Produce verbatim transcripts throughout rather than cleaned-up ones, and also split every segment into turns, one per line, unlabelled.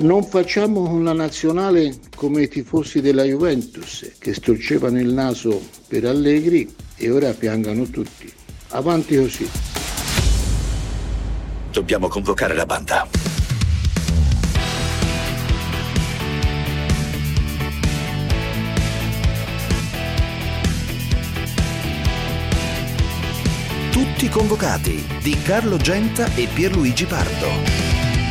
Non facciamo con la nazionale come i tifosi della Juventus che storcevano il naso per Allegri e ora piangano tutti. Avanti così.
Dobbiamo convocare la banda. Tutti convocati di Carlo Genta e Pierluigi Pardo.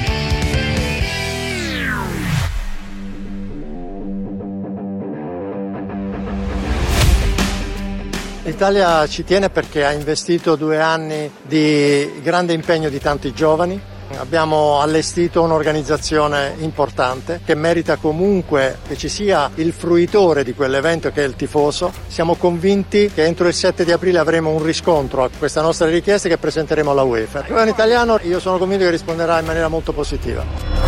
L'Italia ci tiene perché ha investito due anni di grande impegno di tanti giovani. Abbiamo allestito un'organizzazione importante che merita comunque che ci sia il fruitore di quell'evento che è il tifoso. Siamo convinti che entro il sette di aprile avremo un riscontro a questa nostra richiesta che presenteremo alla UEFA. Il governo italiano, io sono convinto che risponderà in maniera molto positiva.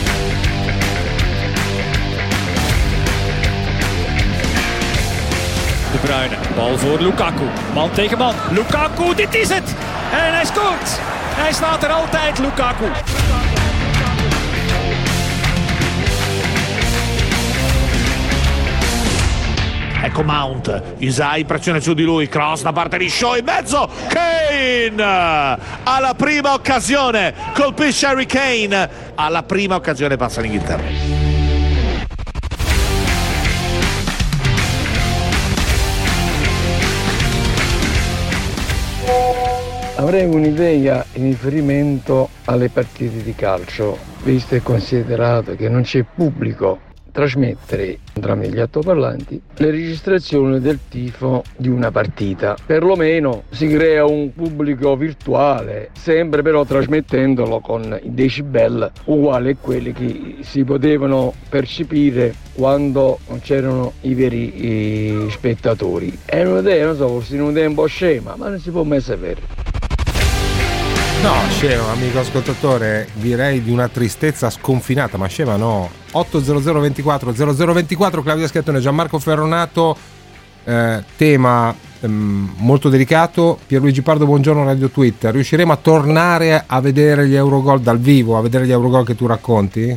De Bruyne, bal voor Lukaku. Man tegen man. Lukaku, dit is het! En hij scoort! Hij staat er altijd, Lukaku.
Ecco Mount, Isai, pressione su di lui, cross da parte di Shaw in mezzo, Kane alla prima occasione, colpisce Harry Kane, alla prima occasione passa l'Inghilterra.
Avrei un'idea in riferimento alle partite di calcio, visto e considerato che non c'è pubblico, trasmettere tramite gli altoparlanti le registrazioni del tifo di una partita. Perlomeno si crea un pubblico virtuale, sempre però trasmettendolo con i decibel uguali a quelli che si potevano percepire quando non c'erano i veri i spettatori. È un'idea, non so, forse un'idea un po' scema, ma non si può mai sapere.
No, scemo, amico ascoltatore, direi di una tristezza sconfinata, ma scema no. otto zero zero ventiquattro zero zero ventiquattro, Claudia Schiattone, Gianmarco Ferronato, eh, tema ehm, molto delicato. Pierluigi Pardo, buongiorno, Radio Twitter. Riusciremo a tornare a vedere gli Eurogol dal vivo, a vedere gli Eurogol che tu racconti?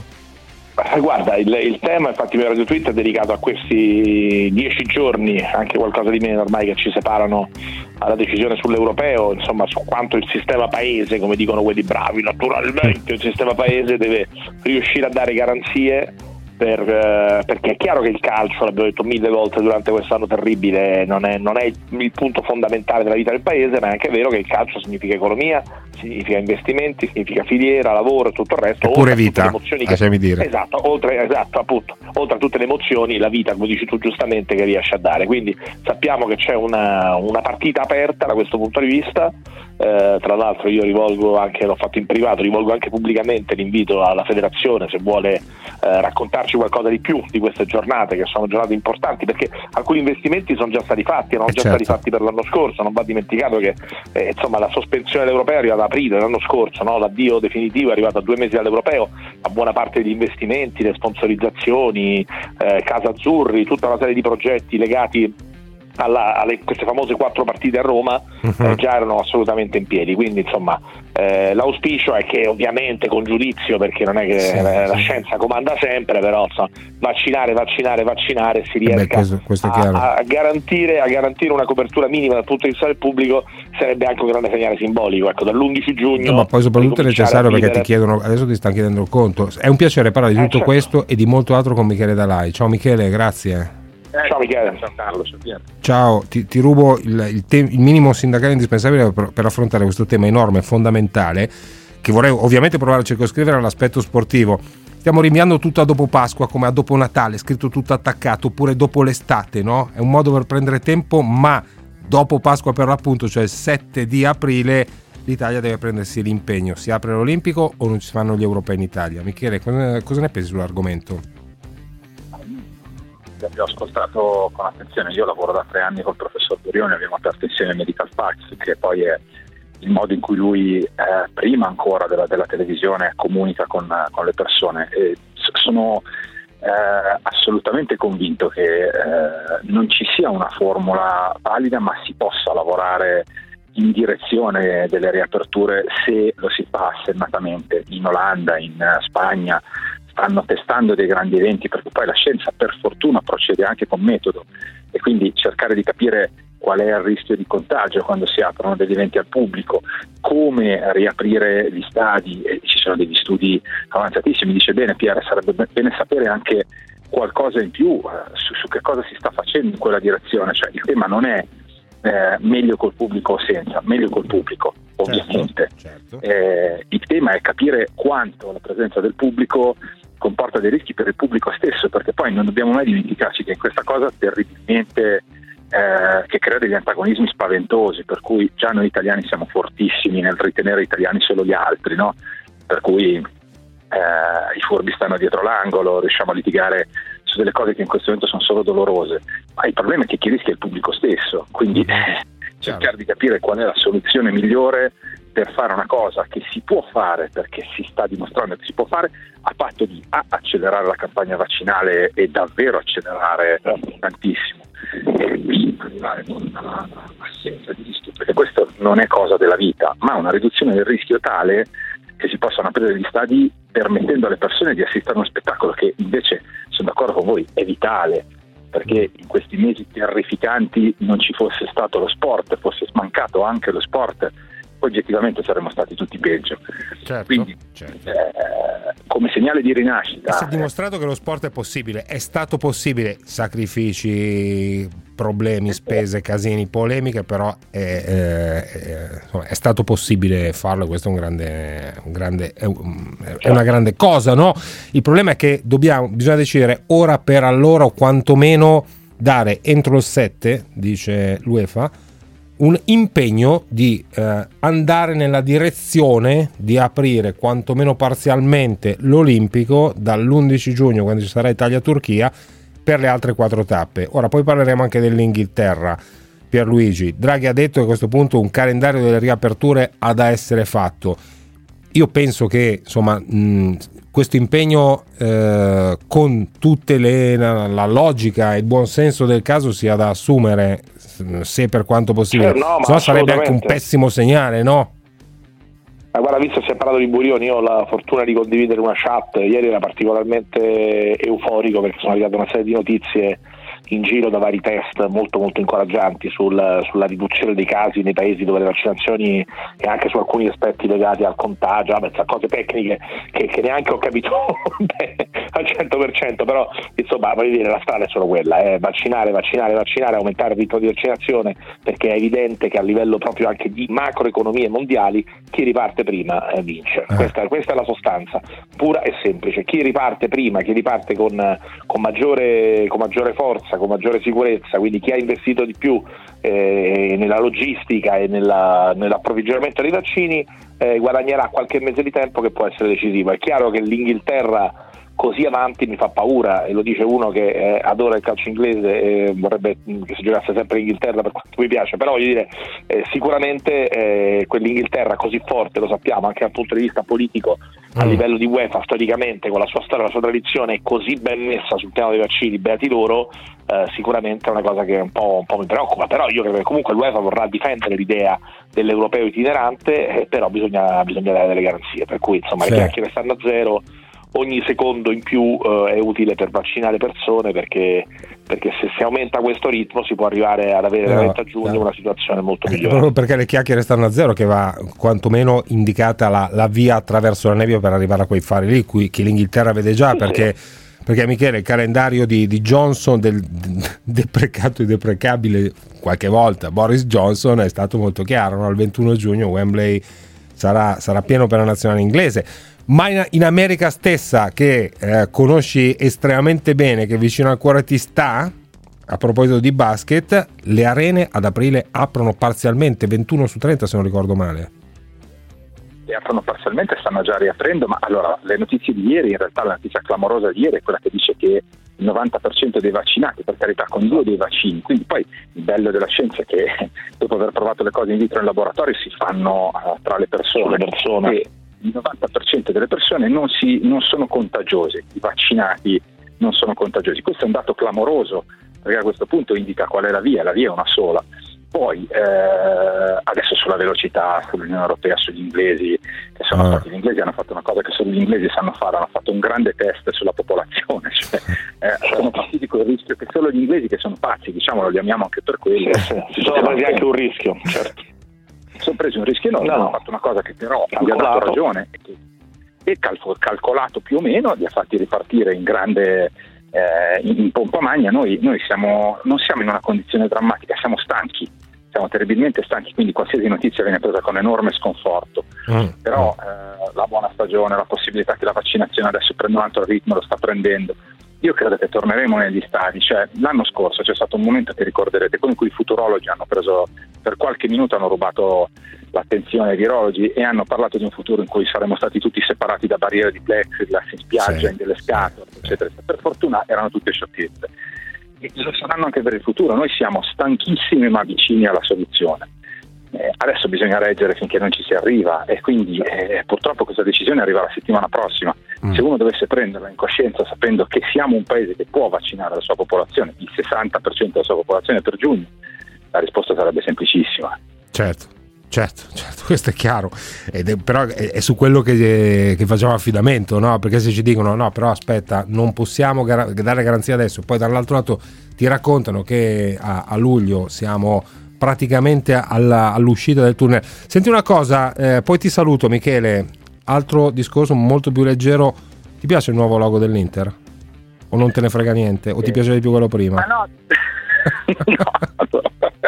Guarda, il, il tema infatti per Radio Twitter è dedicato a questi dieci giorni, anche qualcosa di meno ormai, che ci separano alla decisione sull'europeo, insomma su quanto il sistema paese, come dicono quelli bravi, naturalmente il sistema paese deve riuscire a dare garanzie per, eh, perché è chiaro che il calcio, l'abbiamo detto mille volte durante quest'anno terribile, non è, non è il, il punto fondamentale della vita del paese, ma è anche vero che il calcio significa economia, significa investimenti, significa filiera, lavoro e tutto il resto,
pure vita, lasciami dire.
Esatto, oltre, esatto, appunto, oltre a tutte le emozioni, la vita, come dici tu giustamente, che riesce a dare. Quindi sappiamo che c'è una, una partita aperta da questo punto di vista. Eh, tra l'altro io rivolgo anche, l'ho fatto in privato, rivolgo anche pubblicamente l'invito alla federazione, se vuole eh, raccontarci qualcosa di più di queste giornate, che sono giornate importanti, perché alcuni investimenti sono già stati fatti, erano già
certo.
stati fatti per l'anno scorso. Non va dimenticato che eh, insomma la sospensione dell'europeo è arrivata ad aprile l'anno scorso, no? L'addio definitivo è arrivato a due mesi dall'europeo, a buona parte degli investimenti, le sponsorizzazioni, eh, Casa Azzurri, tutta una serie di progetti legati Alla, alle queste famose quattro partite a Roma uh-huh. eh, già erano assolutamente in piedi, quindi insomma eh, l'auspicio è che, ovviamente con giudizio, perché non è che sì, la, la scienza comanda sempre, però insomma, vaccinare, vaccinare, vaccinare si riesca
eh beh, questo, questo
a, a, garantire, a garantire una copertura minima dal punto di vista del pubblico. Sarebbe anche un grande segnale simbolico, ecco, dall'undici giugno.
No, ma poi soprattutto è necessario, perché ti chiedono, adesso ti stanno chiedendo il conto. È un piacere parlare di tutto eh, certo. questo e di molto altro con Michele Dalai. Ciao Michele, grazie.
Ciao Michele.
Ciao Carlo,
ciao, ti, ti rubo il, il, te- il minimo sindacale indispensabile per, per affrontare questo tema enorme e fondamentale, che vorrei ovviamente provare a circoscrivere all'aspetto sportivo. Stiamo rinviando tutto a dopo Pasqua, come a dopo Natale, scritto tutto attaccato, oppure dopo l'estate, no? È un modo per prendere tempo, ma dopo Pasqua per l'appunto, cioè il sette di aprile, l'Italia deve prendersi l'impegno. Si apre l'Olimpico o non si fanno gli europei in Italia? Michele, cosa, cosa ne pensi sull'argomento?
Vi ho ascoltato con attenzione. Io lavoro da tre anni col professor Burioni, abbiamo aperto insieme Medical Facts, che poi è il modo in cui lui, eh, prima ancora della, della televisione, comunica con, con le persone. E sono eh, assolutamente convinto che eh, non ci sia una formula valida, ma si possa lavorare in direzione delle riaperture se lo si fa assennatamente in Olanda, in Spagna. stanno testando dei grandi eventi, perché poi la scienza per fortuna procede anche con metodo, e quindi cercare di capire qual è il rischio di contagio quando si aprono degli eventi al pubblico, come riaprire gli stadi, e ci sono degli studi avanzatissimi. Dice bene Pier, sarebbe bene sapere anche qualcosa in più eh, su, su che cosa si sta facendo in quella direzione, cioè il tema non è eh, meglio col pubblico o senza, meglio col pubblico ovviamente, certo, certo. Eh, il tema è capire quanto la presenza del pubblico comporta dei rischi per il pubblico stesso, perché poi non dobbiamo mai dimenticarci che in questa cosa terribilmente eh, che crea degli antagonismi spaventosi, per cui già noi italiani siamo fortissimi nel ritenere italiani solo gli altri, no? Per cui eh, i furbi stanno dietro l'angolo, riusciamo a litigare su delle cose che in questo momento sono solo dolorose, ma il problema è che chi rischia è il pubblico stesso, quindi eh, cercare di capire qual è la soluzione migliore per fare una cosa che si può fare, perché si sta dimostrando che si può fare, a patto di A, accelerare la campagna vaccinale e davvero accelerare tantissimo, e B, arrivare con una assenza di rischio, perché questo non è cosa della vita, ma una riduzione del rischio tale che si possano aprire gli stadi permettendo alle persone di assistere a uno spettacolo che invece, sono d'accordo con voi, è vitale, perché in questi mesi terrificanti non ci fosse stato lo sport, fosse mancato anche lo sport, oggettivamente saremmo stati tutti peggio.
Certo,
quindi
certo.
Eh, come segnale di rinascita
si è dimostrato che lo sport è possibile, è stato possibile, sacrifici, problemi, spese, casini, polemiche, però è, è, insomma, è stato possibile farlo, questo è un grande, un grande è, un, è una grande cosa, no? Il problema è che dobbiamo, bisogna decidere ora per allora, o quantomeno dare entro il sette, dice l'UEFA, un impegno di eh, andare nella direzione di aprire quantomeno parzialmente l'Olimpico dall'undici giugno, quando ci sarà Italia-Turchia, per le altre quattro tappe. Ora poi parleremo anche dell'Inghilterra. Pierluigi, Draghi ha detto che a questo punto un calendario delle riaperture ha da essere fatto. Io penso che insomma mh, questo impegno eh, con tutte le la, la logica e il buon senso del caso sia da assumere, se per quanto possibile,
eh no,
se no sarebbe anche un pessimo segnale, no?
Ma guarda, visto che si è parlato di Burioni, io ho la fortuna di condividere una chat, ieri era particolarmente euforico perché sono arrivate una serie di notizie in giro da vari test molto molto incoraggianti sul, sulla riduzione dei casi nei paesi dove le vaccinazioni, e anche su alcuni aspetti legati al contagio, vabbè, cose tecniche che, che neanche ho capito al cento per cento, però insomma voglio dire, la strada è solo quella, eh, vaccinare, vaccinare, vaccinare, aumentare il ritmo di vaccinazione, perché è evidente che a livello proprio anche di macroeconomie mondiali chi riparte prima eh, vince, eh. Questa, questa è la sostanza pura e semplice, chi riparte prima, chi riparte con, con maggiore con maggiore forza, con maggiore sicurezza, quindi chi ha investito di più eh, nella logistica e nella, nell'approvvigionamento dei vaccini eh, guadagnerà qualche mese di tempo che può essere decisivo. È chiaro che l'Inghilterra così avanti mi fa paura, e lo dice uno che eh, adora il calcio inglese e vorrebbe che si giocasse sempre in Inghilterra per quanto mi piace, però voglio dire eh, sicuramente eh, quell'Inghilterra così forte, lo sappiamo anche dal punto di vista politico a mm. livello di UEFA, storicamente con la sua storia, la sua tradizione, è così ben messa sul piano dei vaccini, beati loro, eh, sicuramente è una cosa che un po', un po' mi preoccupa, però io credo che comunque l'UEFA vorrà difendere l'idea dell'europeo itinerante, eh, però bisogna, bisogna dare delle garanzie, per cui insomma sì. Le chiacchiere stanno a zero, ogni secondo in più uh, è utile per vaccinare persone, perché, perché se si aumenta questo ritmo si può arrivare ad avere veramente no, a giugno no. una situazione molto migliore.
Proprio perché le chiacchiere stanno a zero che va quantomeno indicata la, la via attraverso la nebbia per arrivare a quei fari lì, qui, che l'Inghilterra vede già, sì, perché, sì. perché Michele, il calendario di, di Johnson, del deprecato e deprecabile qualche volta Boris Johnson, è stato molto chiaro, no? Il ventuno giugno Wembley sarà, sarà pieno per la nazionale inglese. Ma in, in America stessa, che eh, conosci estremamente bene, che vicino al cuore ti sta, a proposito di basket, le arene ad aprile aprono parzialmente, ventuno su trenta se non ricordo male.
Le aprono parzialmente, stanno già riaprendo, ma allora le notizie di ieri, in realtà la notizia clamorosa di ieri è quella che dice che il novanta per cento dei vaccinati, per carità, con due dei vaccini, quindi poi il bello della scienza è che dopo aver provato le cose in vitro in laboratorio si fanno uh, tra le persone, le persone. E il novanta per cento delle persone non, si, non sono contagiose, i vaccinati non sono contagiosi. Questo è un dato clamoroso, perché a questo punto indica qual è la via, la via è una sola. Poi eh, adesso sulla velocità, sull'Unione Europea, sugli inglesi, che sono
ah.
stati gli inglesi hanno fatto una cosa che solo gli inglesi sanno fare, hanno fatto un grande test sulla popolazione, cioè, eh, sono partiti con il rischio che solo gli inglesi, che sono pazzi, diciamo, lo chiamiamo anche per quello,
sì, sì. si sono presi anche un rischio, certo.
sono presi un rischio enorme, no. hanno fatto una cosa che però gli ha dato ragione e, che, e cal- calcolato più o meno, li ha fatti ripartire in grande eh, in, in pompa magna. Noi, noi siamo, non siamo in una condizione drammatica, siamo stanchi, siamo terribilmente stanchi, quindi qualsiasi notizia viene presa con enorme sconforto, mm. però eh, la buona stagione, la possibilità che la vaccinazione adesso prenda un altro ritmo, lo sta prendendo. Io credo che torneremo negli stadi, cioè l'anno scorso c'è stato un momento che ricorderete in cui i futurologi hanno preso, per qualche minuto hanno rubato l'attenzione ai virologi e hanno parlato di un futuro in cui saremmo stati tutti separati da barriere di plexiglass in spiaggia, sì. in delle scatole, eccetera. Per fortuna erano tutte sciocchezze. E lo saranno anche per il futuro. Noi siamo stanchissimi ma vicini alla soluzione. Eh, adesso bisogna reggere finché non ci si arriva e quindi eh, purtroppo questa decisione arriva la settimana prossima. Mm. Se uno dovesse prenderla in coscienza sapendo che siamo un paese che può vaccinare la sua popolazione, il sessanta per cento della sua popolazione per giugno, la risposta sarebbe semplicissima.
Certo. Certo, certo, questo è chiaro, ed è, però è, è su quello che, che facciamo affidamento, no? Perché se ci dicono no, però aspetta, non possiamo gar- dare garanzia adesso, poi dall'altro lato ti raccontano che a, a luglio siamo praticamente alla, all'uscita del tunnel. Senti una cosa, eh, poi ti saluto Michele, altro discorso molto più leggero, ti piace il nuovo logo dell'Inter? O non te ne frega niente? O ti piace di più quello prima?
Ma no, no,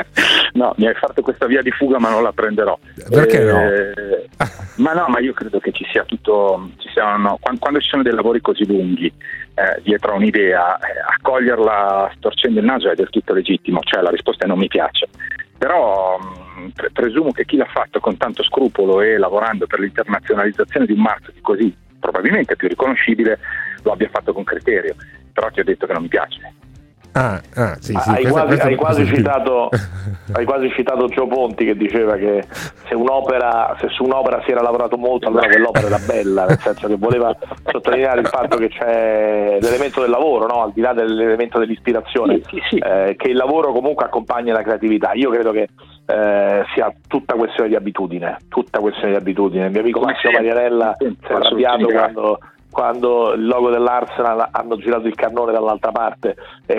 no, mi hai fatto questa via di fuga ma non la prenderò.
Perché
eh,
no?
Ma no, ma io credo che ci sia tutto, ci siano, quando, quando ci sono dei lavori così lunghi eh, dietro a un'idea, eh, accoglierla storcendo il naso è del tutto legittimo, cioè la risposta è non mi piace. Però mh, pre- presumo che chi l'ha fatto con tanto scrupolo e lavorando per l'internazionalizzazione di un marchio così probabilmente più riconoscibile lo abbia fatto con criterio, però ti ho detto che non mi piace.
Ah, ah, sì, sì,
hai,
questa,
quasi,
questa
hai, quasi
questa
citato, hai quasi citato Gio Ponti che diceva che se un'opera se su un'opera si era lavorato molto allora quell'opera era bella, nel senso che voleva sottolineare il fatto che c'è l'elemento del lavoro, no? Al di là dell'elemento dell'ispirazione,
sì, sì, sì.
Eh, che il lavoro comunque accompagna la creatività. Io credo che eh, sia tutta questione di abitudine, tutta questione di abitudine. Il mio amico Massimo Marianella si è arrabbiato quando quando il logo dell'Arsenal hanno girato il cannone dall'altra parte e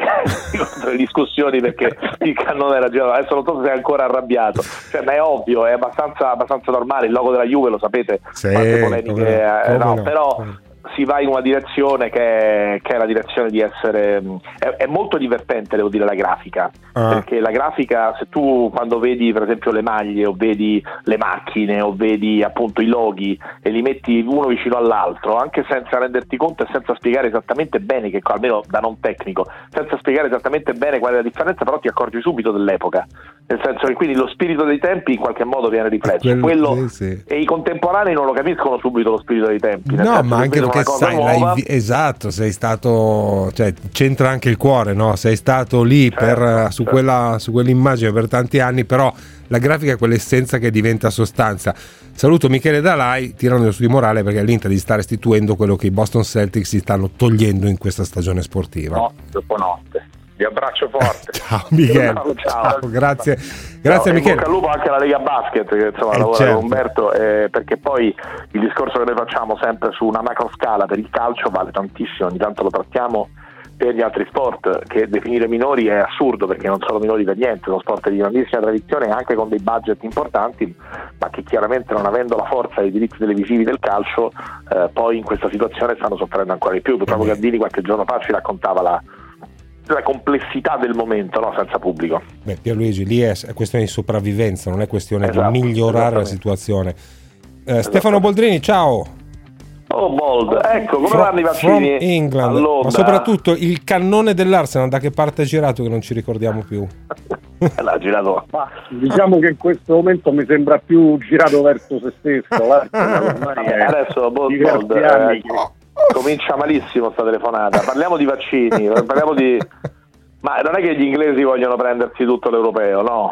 le discussioni perché il cannone era girato. Adesso non so se è ancora arrabbiato, cioè, ma è ovvio, è abbastanza, abbastanza normale. Il logo della Juve lo sapete,
sì,
quante polemiche,
come,
eh,
come
no,
no,
però
come.
Si va in una direzione che è, che è la direzione di essere è, è molto divertente, devo dire, la grafica, ah. perché la grafica, se tu quando vedi per esempio le maglie o vedi le macchine o vedi appunto i loghi e li metti uno vicino all'altro, anche senza renderti conto e senza spiegare esattamente bene, che almeno da non tecnico, senza spiegare esattamente bene qual è la differenza, però ti accorgi subito dell'epoca, nel senso che quindi lo spirito dei tempi in qualche modo viene riflesso.
Quello,
quello
sì, sì.
E i contemporanei non lo capiscono subito lo spirito dei tempi,
no, ma anche perché sai,
nuova,
l'hai, esatto, sei stato, cioè c'entra anche il cuore, no? Sei stato lì
certo,
per, su,
certo.
quella, su quell'immagine per tanti anni, però la grafica è quell'essenza che diventa sostanza. Saluto Michele Dalai tirando su di morale perché l'Inter gli sta restituendo quello che i Boston Celtics si stanno togliendo in questa stagione sportiva.
No, dopo notte. Vi abbraccio forte.
Ciao Michele, ciao, ciao. grazie, grazie
ciao,
Michele.
In bocca al lupo anche alla Lega Basket che insomma
eh,
lavora
certo.
con Umberto, eh, perché poi il discorso che noi facciamo sempre su una macro scala per il calcio vale tantissimo, ogni tanto lo trattiamo per gli altri sport, che definire minori è assurdo perché non sono minori per niente, sono sport di grandissima tradizione anche con dei budget importanti, ma che chiaramente non avendo la forza dei diritti televisivi del calcio eh, poi in questa situazione stanno soffrendo ancora di più. Proprio Gardini qualche giorno fa ci raccontava la la complessità del momento, no? Senza pubblico.
Beh, Pierluigi, lì è questione di sopravvivenza, non è questione esatto, di migliorare la situazione. Eh, Stefano Boldrini, ciao.
Oh Bold, ecco come
from,
vanno i vaccini
from England, ma soprattutto il cannone dell'Arsenal da che parte è girato che non ci ricordiamo più.
L'ha girato.
Ma diciamo che in questo momento mi sembra più girato verso se stesso. Ormai è
adesso Bold, Bold eh, che... comincia malissimo sta telefonata. Parliamo di vaccini, parliamo di ma non è che gli inglesi vogliono prendersi tutto l'europeo, no?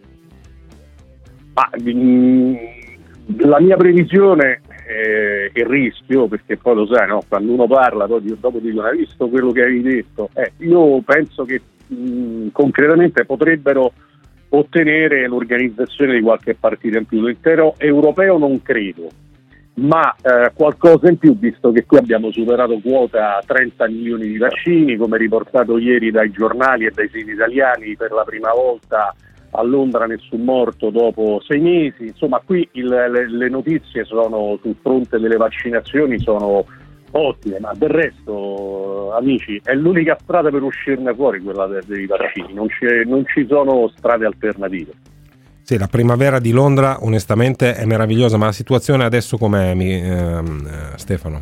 Ma mh, la mia previsione è il rischio, perché poi lo sai, no? Quando uno parla poi dopo dicono hai visto quello che avevi detto, eh, io penso che mh, concretamente potrebbero ottenere l'organizzazione di qualche partita in più. L'intero europeo non credo, ma eh, qualcosa in più, visto che qui abbiamo superato quota trenta milioni di vaccini, come riportato ieri dai giornali e dai siti italiani. Per la prima volta a Londra nessun morto dopo sei mesi. Insomma, qui il, le, le notizie sono sul fronte delle vaccinazioni sono ottime, ma del resto, amici, è l'unica strada per uscirne fuori, quella dei, dei vaccini. Non, c'è, non ci sono strade alternative.
Sì, la primavera di Londra onestamente è meravigliosa, ma la situazione adesso com'è, mi, ehm, Stefano?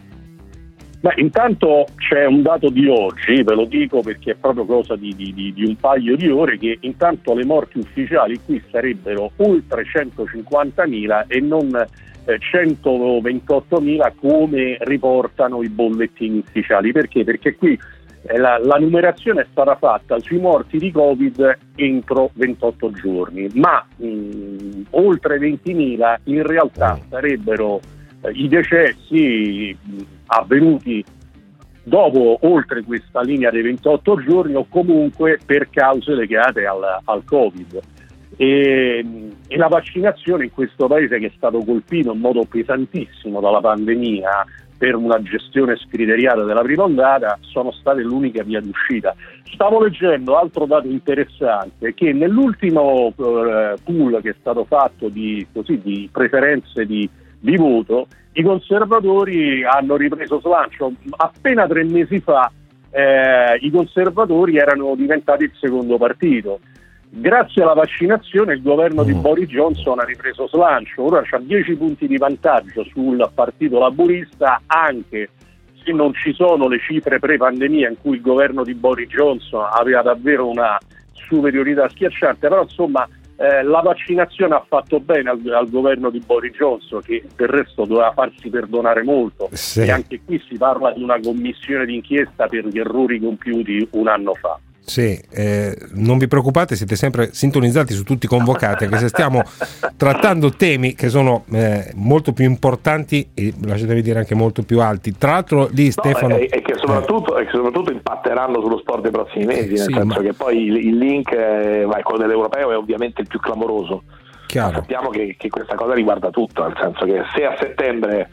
Beh, intanto c'è un dato di oggi, ve lo dico perché è proprio cosa di, di, di un paio di ore, che intanto le morti ufficiali qui sarebbero oltre centocinquantamila e non eh, centoventottomila come riportano i bollettini ufficiali. Perché? Perché qui eh, la, la numerazione è stata fatta sui morti di Covid entro ventotto giorni, ma mh, oltre ventimila in realtà sarebbero eh, i decessi mh, avvenuti dopo oltre questa linea dei ventotto giorni o comunque per cause legate al, al Covid. E, e la vaccinazione in questo paese, che è stato colpito in modo pesantissimo dalla pandemia per una gestione scriteriata della prima ondata, sono state l'unica via d'uscita. Stavo leggendo, altro dato interessante, che nell'ultimo uh, pool che è stato fatto di, così, di preferenze di, di voto, i conservatori hanno ripreso slancio. Appena tre mesi fa eh, i conservatori erano diventati il secondo partito. Grazie alla vaccinazione il governo di Boris Johnson ha ripreso slancio, ora c'ha dieci punti di vantaggio sul partito laburista, anche se non ci sono le cifre pre-pandemia in cui il governo di Boris Johnson aveva davvero una superiorità schiacciante, però insomma eh, la vaccinazione ha fatto bene al, al governo di Boris Johnson, che del resto doveva farsi perdonare molto. Sì. E anche qui si parla di una commissione d'inchiesta per gli errori compiuti un anno fa.
Sì, eh, non vi preoccupate, siete sempre sintonizzati su Tutti Convocati, anche se stiamo trattando temi che sono eh, molto più importanti e lasciatemi dire anche molto più alti. Tra l'altro lì Stefano...
No, e, e, che soprattutto, eh. e che soprattutto impatteranno sullo sport dei prossimi mesi, eh, nel sì, senso ma... che poi il, il link, eh, vai, quello dell'europeo è ovviamente il più clamoroso. Chiaro. Sappiamo che, che questa cosa riguarda tutto, nel senso che se a settembre,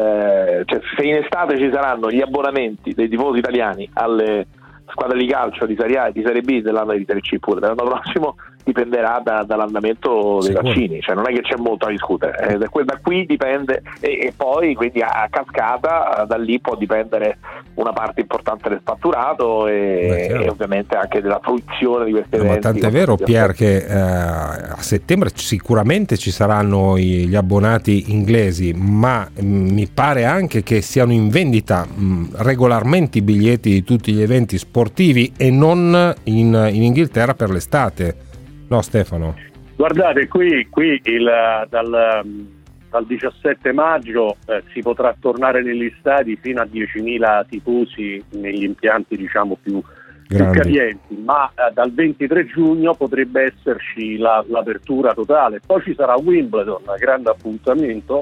eh, cioè se in estate ci saranno gli abbonamenti dei tifosi italiani alle squadre di calcio di Serie A e di Serie B, dell'anno di Serie C pure, l'anno prossimo dipenderà da, dall'andamento dei Sicuro. vaccini, cioè non è che c'è molto da discutere, eh, da, da qui dipende e, e poi quindi a, a cascata da lì può dipendere una parte importante del fatturato e, e ovviamente anche della fruizione di questi
no,
eventi.
Ma tant'è vero, Pier, che eh, a settembre sicuramente ci saranno i, gli abbonati inglesi, ma mh, mi pare anche che siano in vendita mh, regolarmente i biglietti di tutti gli eventi sportivi e non in, in Inghilterra per l'estate. No, Stefano?
Guardate, qui, qui il, dal, dal diciassette maggio eh, si potrà tornare negli stadi fino a diecimila tifosi negli impianti diciamo più, più capienti, ma eh, dal ventitré giugno potrebbe esserci la, l'apertura totale. Poi ci sarà Wimbledon, grande appuntamento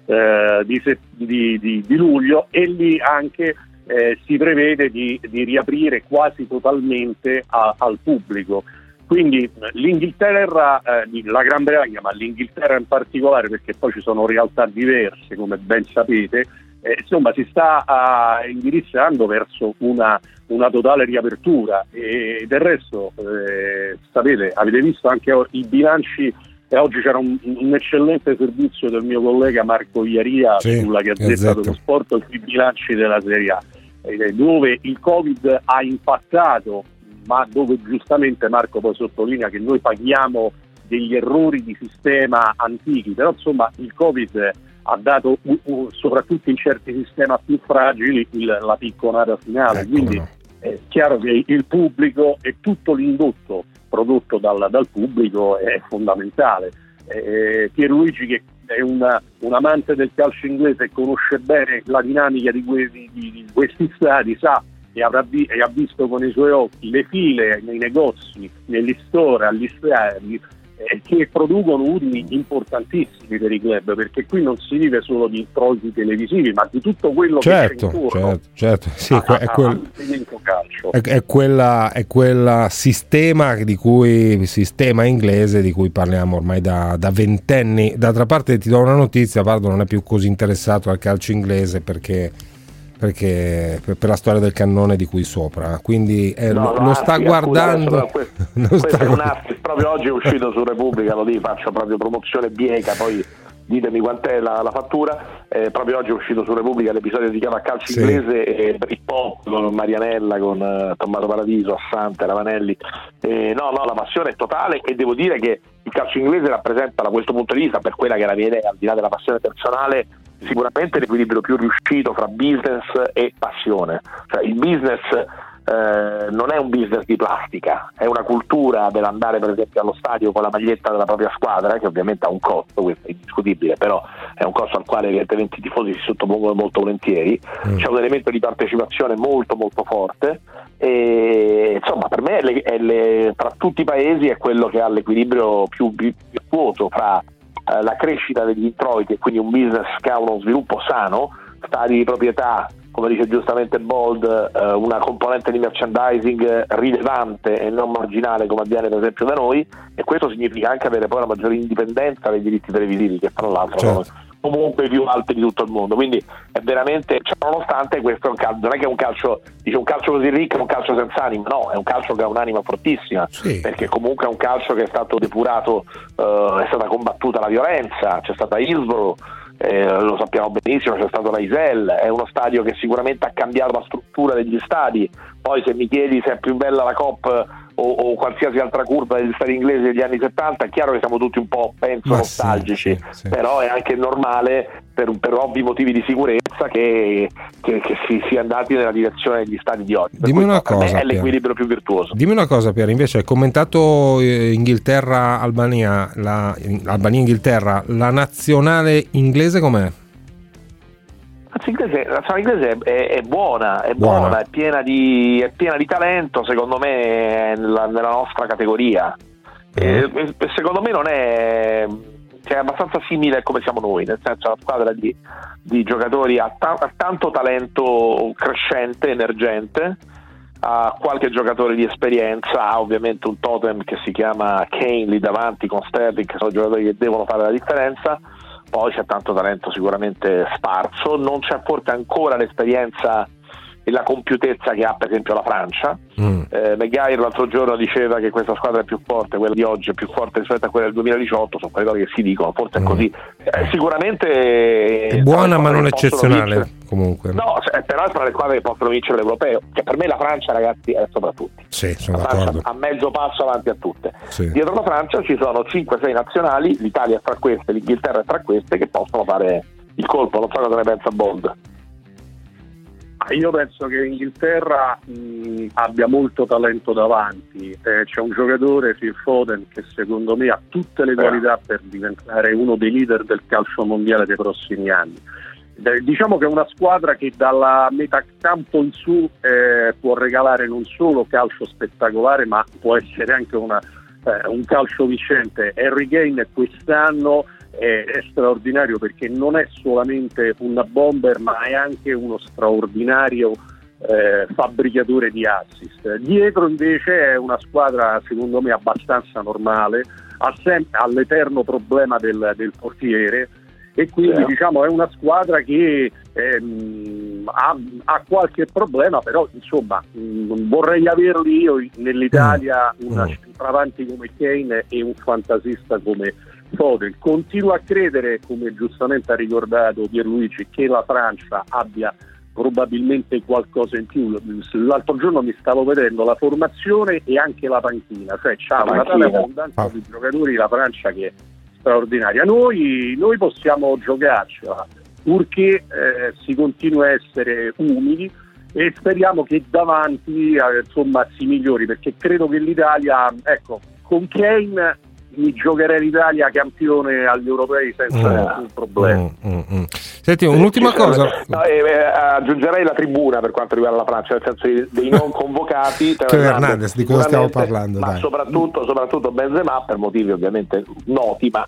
eh, di, di, di, di luglio, e lì anche eh, si prevede di, di riaprire quasi totalmente a, al pubblico. Quindi l'Inghilterra, eh, la Gran Bretagna, ma l'Inghilterra in particolare, perché poi ci sono realtà diverse, come ben sapete, eh, insomma si sta uh, indirizzando verso una, una totale riapertura e del resto, eh, sapete, avete visto anche i bilanci, e oggi c'era un, un eccellente servizio del mio collega Marco Iaria sì, sulla Gazzetta esatto. dello Sport sui bilanci della Serie A, eh, dove il Covid ha impattato, ma dove giustamente Marco poi sottolinea che noi paghiamo degli errori di sistema antichi, però insomma il Covid ha dato uh, uh, soprattutto in certi sistemi più fragili il, la picconata finale, ecco, quindi no. È chiaro che il pubblico e tutto l'indotto prodotto dal, dal pubblico è fondamentale. Eh, Pierluigi, che è una, un amante del calcio inglese e conosce bene la dinamica di, que- di, di questi stadi, sa e avrà vi- e ha visto con i suoi occhi le file nei negozi, negli store, agli stadi, eh, che producono utili importantissimi per i club, perché qui non si vive solo di introiti televisivi, ma di tutto quello
certo,
che c'è intorno.
Certo, certo, sì, a, è quel...
calcio. calcio.
È, è quella è quel sistema di cui sistema inglese di cui parliamo ormai da, da ventenni. D'altra parte ti do una notizia, Pardo non è più così interessato al calcio inglese perché perché per, per la storia del cannone di cui sopra, quindi eh,
no,
lo,
no,
lo sta
anzi,
guardando
adesso, questo,
lo
questo
sta
è un
guardando.
assist, proprio oggi è uscito su Repubblica, lo dico, faccio proprio promozione bieca, poi ditemi quant'è la, la fattura, eh, proprio oggi è uscito su Repubblica l'episodio si chiama Calcio
Sì.
Inglese, e Hip Hop con Marianella, con uh, Tommaso Paradiso, Assante, Ravanelli, eh, no no la passione è totale, e devo dire che il calcio inglese rappresenta da questo punto di vista, per quella che era mia idea, al di là della passione personale, sicuramente l'equilibrio più riuscito fra business e passione. Cioè il business eh, non è un business di plastica, è una cultura dell'andare per esempio allo stadio con la maglietta della propria squadra, che ovviamente ha un costo, questo è indiscutibile, però è un costo al quale evidentemente i tifosi si sottopongono molto volentieri. Mm. C'è un elemento di partecipazione molto molto forte, e insomma per me è le, è le, tra tutti i paesi è quello che ha l'equilibrio più virtuoso fra la crescita degli introiti e quindi un business che ha uno sviluppo sano, stadi di proprietà, come dice giustamente Bold, eh, una componente di merchandising rilevante e non marginale come avviene per esempio da noi, e questo significa anche avere poi una maggiore indipendenza dei diritti televisivi, che tra l'altro certo. sono comunque i più alti di tutto il mondo, quindi è veramente, cioè, nonostante questo è un calcio, non è che è un calcio, dice un calcio così ricco è un calcio senza anima, no, è un calcio che ha un'anima fortissima, sì. perché comunque è un calcio che è stato depurato, uh, è stata combattuta la violenza, c'è stata Hillsborough, eh, lo sappiamo benissimo, c'è stato l'Aisel, è uno stadio che sicuramente ha cambiato la struttura degli stadi. Poi se mi chiedi se è più bella la Cop o, o qualsiasi altra curva degli stadi inglesi degli anni settanta, è chiaro che siamo tutti un po', penso, Ma nostalgici, sì, sì, sì. però è anche normale per, per ovvi motivi di sicurezza che, che, che si sia andati nella direzione degli stadi di oggi. Per
Dimmi una cosa,
è l'equilibrio più virtuoso.
Dimmi una cosa, Pier, invece hai commentato eh, Inghilterra-Albania, la, Albania-Inghilterra, la nazionale inglese com'è?
Inglese, la nazionale inglese è, è buona, è buona, buona è, piena di, è piena di talento, secondo me, nella, nella nostra categoria. Mm. E, secondo me non è, cioè, è abbastanza simile a come siamo noi, nel senso la squadra di, di giocatori ha, ta- ha tanto talento crescente, emergente, ha qualche giocatore di esperienza, ha ovviamente un totem che si chiama Kane lì davanti con Sterling, che sono giocatori che devono fare la differenza. Poi c'è tanto talento sicuramente sparso, non c'è forse ancora l'esperienza e la compiutezza che ha per esempio la Francia. mm. eh, Maguire l'altro giorno diceva che questa squadra è più forte, quella di oggi è più forte rispetto a quella del duemiladiciotto, sono quelle cose che si dicono, forse mm. è così. eh, sicuramente
è buona ma non eccezionale comunque.
No, cioè, però è tra le squadre che possono vincere l'Europeo, che per me la Francia, ragazzi, è sopra tutti.
Sì, sono
la
d'accordo.
Francia a mezzo passo avanti a tutte.
Sì.
Dietro la Francia ci sono cinque sei nazionali, l'Italia è tra queste, l'Inghilterra è tra queste, che possono fare il colpo. Non so cosa ne pensa Bond.
Io penso che l'Inghilterra mh, abbia molto talento davanti, eh, c'è un giocatore, Phil Foden, che secondo me ha tutte le qualità per diventare uno dei leader del calcio mondiale dei prossimi anni. Eh, diciamo che è una squadra che dalla metà campo in su eh, può regalare non solo calcio spettacolare, ma può essere anche una, eh, un calcio vincente. Harry Kane quest'anno è straordinario perché non è solamente un bomber, ma è anche uno straordinario eh, fabbricatore di assist. Dietro invece è una squadra secondo me abbastanza normale, ha sempre ha l'eterno problema del, del portiere, e quindi yeah. diciamo è una squadra che ehm, ha, ha qualche problema, però insomma mh, vorrei averli io nell'Italia, mm. una centravanti come Kane e un fantasista come Foden. Continuo a credere, come giustamente ha ricordato Pierluigi, che la Francia abbia probabilmente qualcosa in più. L'altro giorno mi stavo vedendo la formazione e anche la panchina, cioè c'ha una tale abbondanza di giocatori la Francia che è straordinaria. Noi, noi possiamo giocarcela, purché eh, si continui a essere umili, e speriamo che davanti eh, insomma si migliori, perché credo che l'Italia, ecco, con Kane mi giocherei l'Italia campione agli europei senza mm. nessun problema.
Mm, mm, mm. Senti, un'ultima eh, cosa.
No, eh, eh, aggiungerei la tribuna per quanto riguarda la Francia, nel senso dei, dei non convocati.
Teo Hernandez, di cosa stiamo parlando?
Ma
dai.
soprattutto, soprattutto Benzema, per motivi ovviamente noti, ma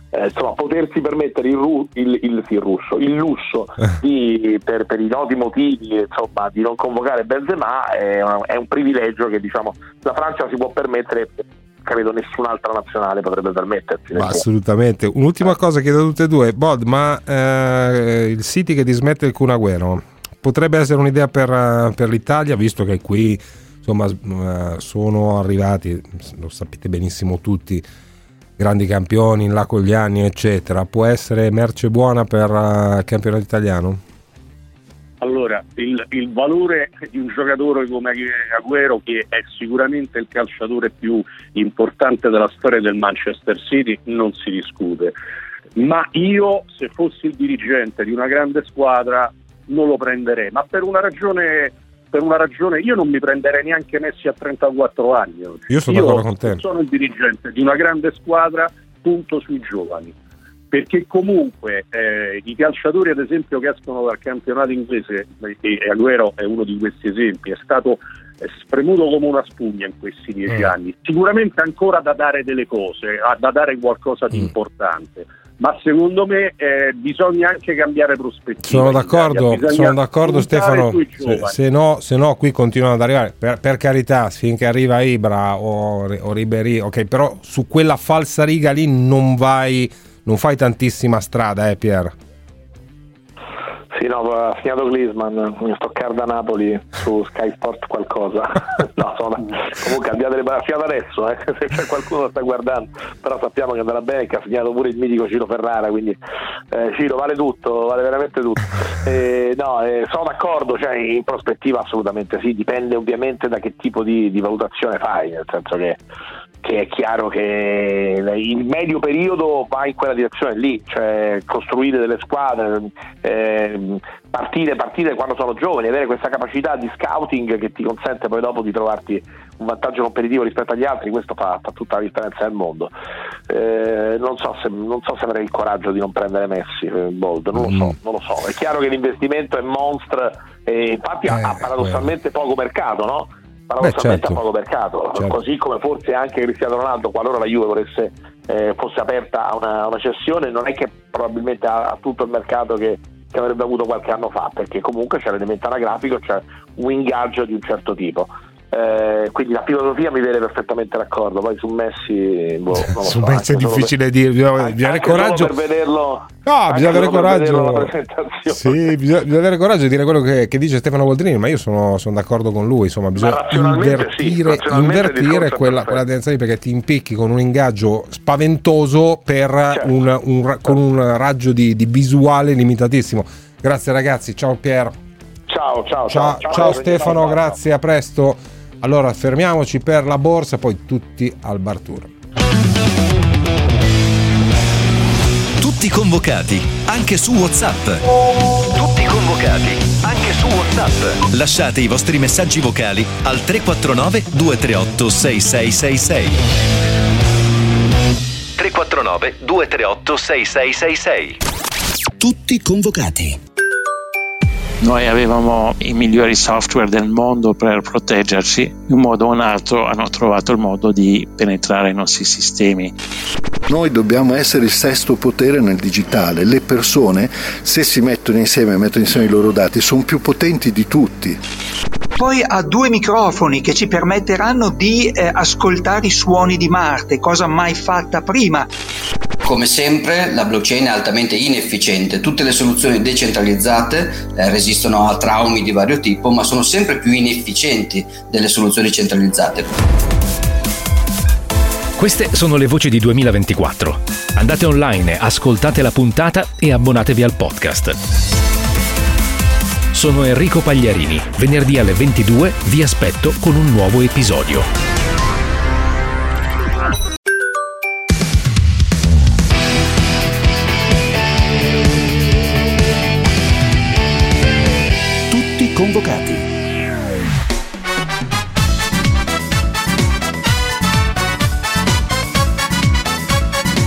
eh, insomma potersi permettere il, ru- il, il, sì, il russo il lusso di, per, per i noti motivi insomma di non convocare Benzema è, una, è un privilegio che diciamo la Francia si può permettere, credo nessun'altra nazionale potrebbe permettersi.
Ma assolutamente. Un'ultima cosa chiedo a tutte e due, Bod, ma eh, il City che dismette il Kun Agüero potrebbe essere un'idea per, per l'Italia, visto che qui insomma sono arrivati, lo sapete benissimo tutti, grandi campioni in là con gli anni eccetera, può essere merce buona per il campionato italiano?
Allora, il, il valore di un giocatore come Agüero, che è sicuramente il calciatore più importante della storia del Manchester City, non si discute, ma io se fossi il dirigente di una grande squadra non lo prenderei, ma per una ragione per una ragione io non mi prenderei neanche Messi a trentaquattro anni.
Io sono d'accordo con te.
Sono il dirigente di una grande squadra, punto sui giovani, perché comunque eh, i calciatori ad esempio che escono dal campionato inglese, e Agüero è uno di questi esempi, è stato spremuto come una spugna in questi dieci mm. anni, sicuramente ancora da dare delle cose, da dare qualcosa di mm. importante, ma secondo me eh, bisogna anche cambiare prospettiva.
Sono d'accordo, sono d'accordo Stefano, se, se, no, se no qui continuano ad arrivare, per, per carità, finché arriva Ibra o, o Ribéry, ok, però su quella falsa riga lì non vai, non fai tantissima strada, eh Pier?
Sì, no, ha segnato Griezmann, mi sto da Napoli su Sky Sport qualcosa. No, sono, comunque abbiate le ha segnato adesso, eh, se c'è qualcuno che sta guardando, però sappiamo che andrà bene, che ha segnato pure il mitico Ciro Ferrara, quindi eh, Ciro vale tutto, vale veramente tutto. Eh, no, eh, sono d'accordo, cioè in prospettiva assolutamente sì, dipende ovviamente da che tipo di, di valutazione fai, nel senso che che è chiaro che il medio periodo va in quella direzione lì, cioè costruire delle squadre, eh, partire, partire quando sono giovani, avere questa capacità di scouting che ti consente poi dopo di trovarti un vantaggio competitivo rispetto agli altri, questo fa, fa tutta la differenza del mondo. Eh, non so se non so se avrei il coraggio di non prendere Messi, eh, Bold, non lo so, non lo so. È chiaro che l'investimento è monstre e infatti eh, ha paradossalmente poco mercato, no? paradossalmente certo. a poco mercato, certo. Così come forse anche Cristiano Ronaldo, qualora la Juve volesse eh, fosse aperta a una, una cessione, non è che probabilmente ha, ha tutto il mercato che, che avrebbe avuto qualche anno fa, perché comunque c'è l'elemento anagrafico, c'è un ingaggio di un certo tipo. Eh, quindi la filosofia mi viene perfettamente d'accordo, poi su Messi boh, non lo
su
so,
Messi è difficile dire, bisogna, bisogna avere coraggio
per vederlo,
no, bisogna avere coraggio sì, bisogna, bisogna avere coraggio di dire quello che, che dice Stefano Boldrini, ma io sono, sono d'accordo con lui, insomma bisogna invertire, sì, invertire quella, quella tendenza lì, perché ti impicchi con un ingaggio spaventoso per certo. un, un, con un raggio di, di visuale limitatissimo. Grazie ragazzi, ciao Pier.
Ciao, ciao, ciao,
ciao, ciao, ciao Stefano, ciao, grazie, a presto. Allora fermiamoci per la borsa, poi tutti al bar tour.
Tutti convocati, anche su WhatsApp. Tutti convocati, anche su WhatsApp. Lasciate i vostri messaggi vocali al tre quattro nove due tre otto sei sei sei sei. tre quattro nove due tre otto sei sei sei sei. Tutti convocati.
Noi avevamo i migliori software del mondo per proteggerci, in un modo o un altro hanno trovato il modo di penetrare i nostri sistemi.
Noi dobbiamo essere il sesto potere nel digitale. Le persone, se si mettono insieme e mettono insieme i loro dati, sono più potenti di tutti.
Poi ha due microfoni che ci permetteranno di eh, ascoltare i suoni di Marte, cosa mai fatta prima.
Come sempre la blockchain è altamente inefficiente, tutte le soluzioni decentralizzate eh, resistono a traumi di vario tipo, ma sono sempre più inefficienti delle soluzioni centralizzate.
Queste sono le voci di duemilaventiquattro. Andate online, ascoltate la puntata e abbonatevi al podcast. Sono Enrico Pagliarini. Venerdì alle ventidue vi aspetto con un nuovo episodio.
Convocati.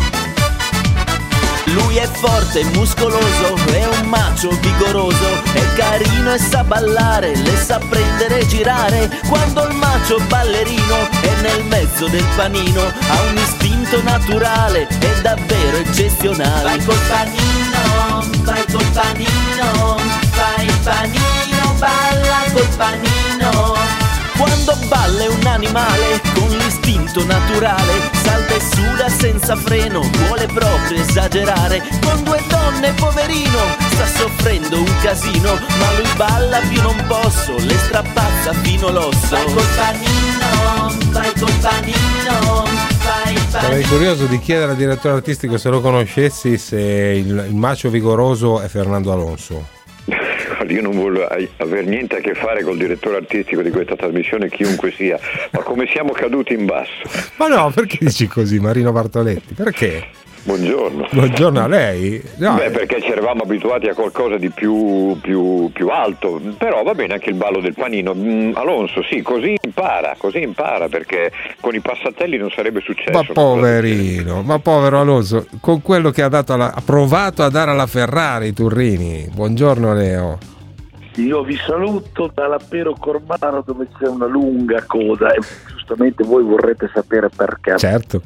Lui è forte, muscoloso, è un macho vigoroso, è carino e sa ballare, le sa prendere e girare. Quando il macio ballerino è nel mezzo del panino, ha un istinto naturale, è davvero eccezionale. Vai col panino, vai col panino, fai il panino, balla col panino. Quando balla è un animale con l'istinto naturale, salta e suda senza freno, vuole proprio esagerare. Con due donne poverino sta soffrendo un casino, ma lui balla più non posso, le strappazza fino l'osso. Vai col panino, vai col panino, fai il panino.
Sarei curioso di chiedere al direttore artistico, se lo conoscessi, se il, il macio vigoroso è Fernando Alonso.
Io non voglio avere niente a che fare col direttore artistico di questa trasmissione, chiunque sia, ma come siamo caduti in basso.
Ma no, perché dici così, Marino Bartoletti? Perché?
Buongiorno.
Buongiorno a lei. No.
Beh, perché ci eravamo abituati a qualcosa di più, più, più alto, però va bene anche il ballo del panino. Mm, Alonso, sì, così impara, così impara, perché con i passatelli non sarebbe successo.
Ma poverino, ma povero Alonso, con quello che ha dato alla, ha provato a dare alla Ferrari Turrini. Buongiorno Leo.
Io vi saluto dalla Pero Cormano, dove c'è una lunga coda, e giustamente voi vorrete sapere perché.
Certo.